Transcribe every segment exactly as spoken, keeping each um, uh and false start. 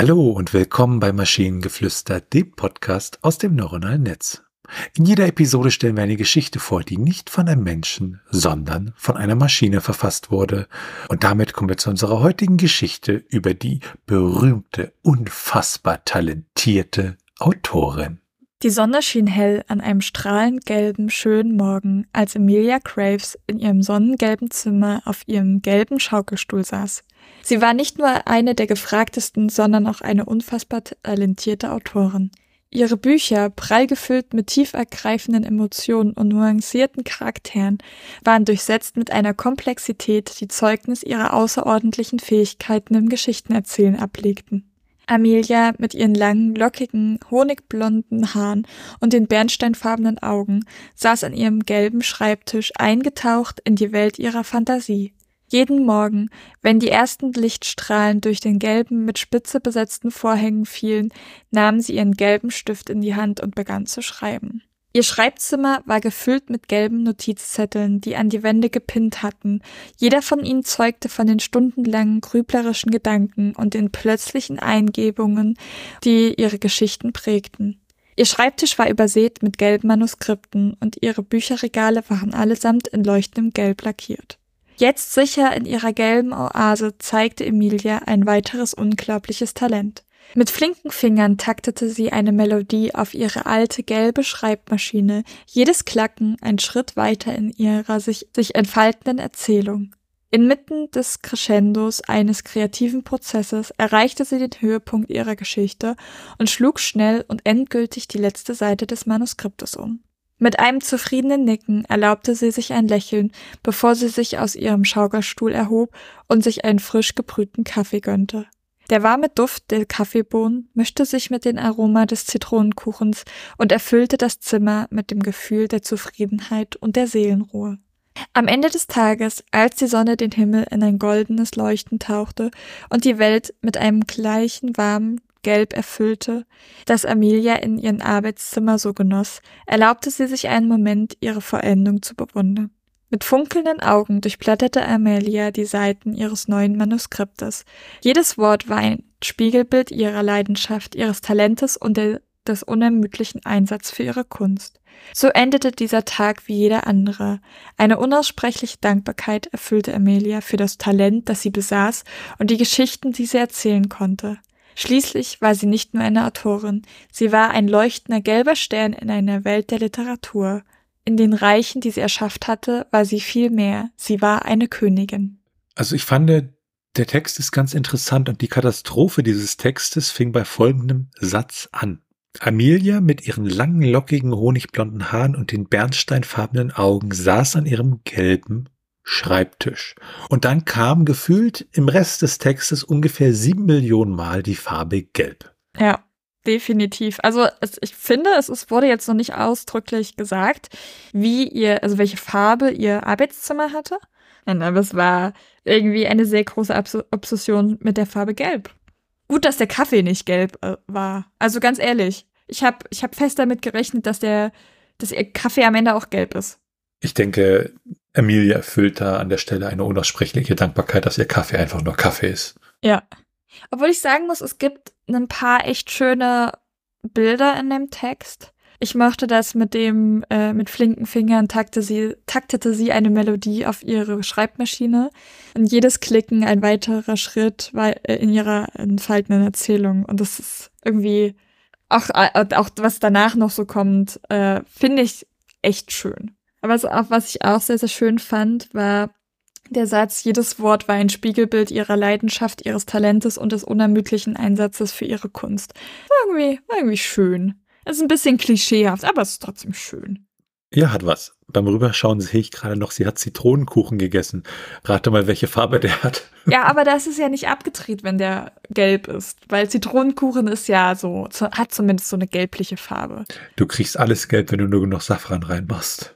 Hallo und willkommen bei Maschinengeflüster, dem Podcast aus dem neuronalen Netz. In jeder Episode stellen wir eine Geschichte vor, die nicht von einem Menschen, sondern von einer Maschine verfasst wurde. Und damit kommen wir zu unserer heutigen Geschichte über die berühmte, unfassbar talentierte Autorin. Die Sonne schien hell an einem strahlend gelben, schönen Morgen, als Emilia Graves in ihrem sonnengelben Zimmer auf ihrem gelben Schaukelstuhl saß. Sie war nicht nur eine der gefragtesten, sondern auch eine unfassbar talentierte Autorin. Ihre Bücher, prall gefüllt mit tief ergreifenden Emotionen und nuancierten Charakteren, waren durchsetzt mit einer Komplexität, die Zeugnis ihrer außerordentlichen Fähigkeiten im Geschichtenerzählen ablegten. Amelia mit ihren langen, lockigen, honigblonden Haaren und den bernsteinfarbenen Augen saß an ihrem gelben Schreibtisch eingetaucht in die Welt ihrer Fantasie. Jeden Morgen, wenn die ersten Lichtstrahlen durch den gelben, mit Spitze besetzten Vorhängen fielen, nahm sie ihren gelben Stift in die Hand und begann zu schreiben. Ihr Schreibzimmer war gefüllt mit gelben Notizzetteln, die an die Wände gepinnt hatten. Jeder von ihnen zeugte von den stundenlangen grüblerischen Gedanken und den plötzlichen Eingebungen, die ihre Geschichten prägten. Ihr Schreibtisch war übersät mit gelben Manuskripten und ihre Bücherregale waren allesamt in leuchtendem Gelb lackiert. Jetzt sicher in ihrer gelben Oase zeigte Emilia ein weiteres unglaubliches Talent. Mit flinken Fingern taktete sie eine Melodie auf ihre alte gelbe Schreibmaschine, jedes Klacken ein Schritt weiter in ihrer sich, sich entfaltenden Erzählung. Inmitten des Crescendos eines kreativen Prozesses erreichte sie den Höhepunkt ihrer Geschichte und schlug schnell und endgültig die letzte Seite des Manuskriptes um. Mit einem zufriedenen Nicken erlaubte sie sich ein Lächeln, bevor sie sich aus ihrem Schaukelstuhl erhob und sich einen frisch gebrühten Kaffee gönnte. Der warme Duft der Kaffeebohnen mischte sich mit dem Aroma des Zitronenkuchens und erfüllte das Zimmer mit dem Gefühl der Zufriedenheit und der Seelenruhe. Am Ende des Tages, als die Sonne den Himmel in ein goldenes Leuchten tauchte und die Welt mit einem gleichen warmen Gelb erfüllte, das Amelia in ihrem Arbeitszimmer so genoss, erlaubte sie sich einen Moment, ihre Vollendung zu bewundern. Mit funkelnden Augen durchblätterte Amelia die Seiten ihres neuen Manuskriptes. Jedes Wort war ein Spiegelbild ihrer Leidenschaft, ihres Talentes und der, des unermüdlichen Einsatzes für ihre Kunst. So endete dieser Tag wie jeder andere. Eine unaussprechliche Dankbarkeit erfüllte Amelia für das Talent, das sie besaß und die Geschichten, die sie erzählen konnte. Schließlich war sie nicht nur eine Autorin, sie war ein leuchtender gelber Stern in einer Welt der Literatur. In den Reichen, die sie erschafft hatte, war sie viel mehr. Sie war eine Königin. Also ich fand, der Text ist ganz interessant und die Katastrophe dieses Textes fing bei folgendem Satz an. Amelia mit ihren langen, lockigen, honigblonden Haaren und den bernsteinfarbenen Augen saß an ihrem gelben Schreibtisch. Und dann kam gefühlt im Rest des Textes ungefähr sieben Millionen Mal die Farbe Gelb. Ja. Definitiv. Also es, ich finde, es, es wurde jetzt noch nicht ausdrücklich gesagt, wie ihr, also welche Farbe ihr Arbeitszimmer hatte. Nein, aber es war irgendwie eine sehr große Obs- Obsession mit der Farbe Gelb. Gut, dass der Kaffee nicht gelb äh, war. Also ganz ehrlich, ich habe ich hab fest damit gerechnet, dass der, dass ihr Kaffee am Ende auch gelb ist. Ich denke, Amelia erfüllt da an der Stelle eine unaussprechliche Dankbarkeit, dass ihr Kaffee einfach nur Kaffee ist. Ja. Obwohl ich sagen muss, es gibt ein paar echt schöne Bilder in dem Text. Ich mochte das mit dem, äh, mit flinken Fingern taktete sie, taktete sie eine Melodie auf ihre Schreibmaschine. Und jedes Klicken ein weiterer Schritt in ihrer entfaltenden Erzählung. Und das ist irgendwie, auch, auch was danach noch so kommt, äh, finde ich echt schön. Aber was, auch, was ich auch sehr, sehr schön fand, war der Satz, jedes Wort war ein Spiegelbild ihrer Leidenschaft, ihres Talentes und des unermüdlichen Einsatzes für ihre Kunst. War irgendwie, war irgendwie schön. Es ist ein bisschen klischeehaft, aber es ist trotzdem schön. Ja, hat was. Beim Rüberschauen sehe ich gerade noch, sie hat Zitronenkuchen gegessen. Rate mal, welche Farbe der hat. Ja, aber das ist ja nicht abgedreht, wenn der gelb ist. Weil Zitronenkuchen ist ja so, hat zumindest so eine gelbliche Farbe. Du kriegst alles gelb, wenn du nur genug Safran reinmachst.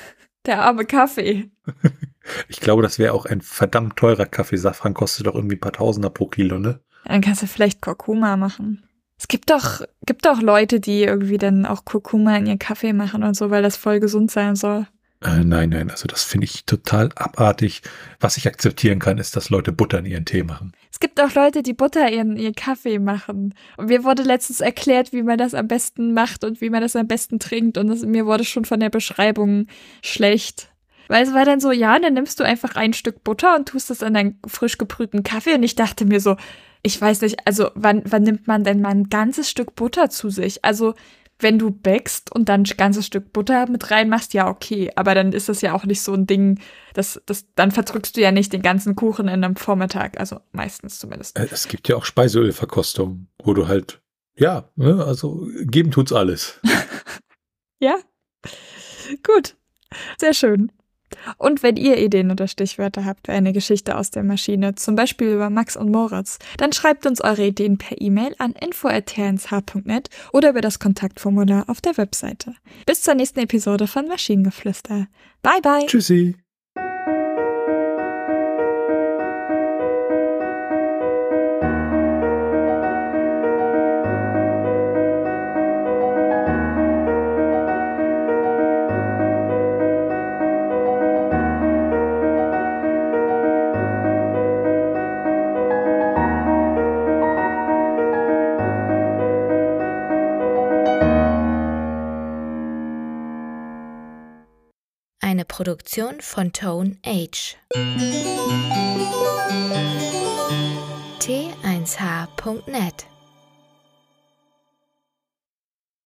Der arme Kaffee. Ich glaube, das wäre auch ein verdammt teurer Kaffee. Safran kostet doch irgendwie ein paar Tausender pro Kilo, ne? Dann kannst du vielleicht Kurkuma machen. Es gibt doch, gibt doch Leute, die irgendwie dann auch Kurkuma in ihren Kaffee machen und so, weil das voll gesund sein soll. Äh, nein, nein, also das finde ich total abartig. Was ich akzeptieren kann, ist, dass Leute Butter in ihren Tee machen. Es gibt auch Leute, die Butter in ihren Kaffee machen. Und mir wurde letztens erklärt, wie man das am besten macht und wie man das am besten trinkt. Und das, mir wurde schon von der Beschreibung schlecht. Weil es war dann so, ja, dann nimmst du einfach ein Stück Butter und tust das in deinen frisch gebrühten Kaffee. Und ich dachte mir so, ich weiß nicht, also wann, wann nimmt man denn mal ein ganzes Stück Butter zu sich? Also wenn du backst und dann ein ganzes Stück Butter mit reinmachst, ja, okay. Aber dann ist das ja auch nicht so ein Ding, das, das, dann verdrückst du ja nicht den ganzen Kuchen in einem Vormittag. Also meistens zumindest. Es gibt ja auch Speiseölverkostungen, wo du halt, ja, ne, also geben tut's alles. Ja, gut. Sehr schön. Und wenn ihr Ideen oder Stichwörter habt für eine Geschichte aus der Maschine, zum Beispiel über Max und Moritz, dann schreibt uns eure Ideen per E-Mail an info at t n s h punkt net oder über das Kontaktformular auf der Webseite. Bis zur nächsten Episode von Maschinengeflüster. Bye, bye. Tschüssi. Eine Produktion von Tone Age. t eins h punkt net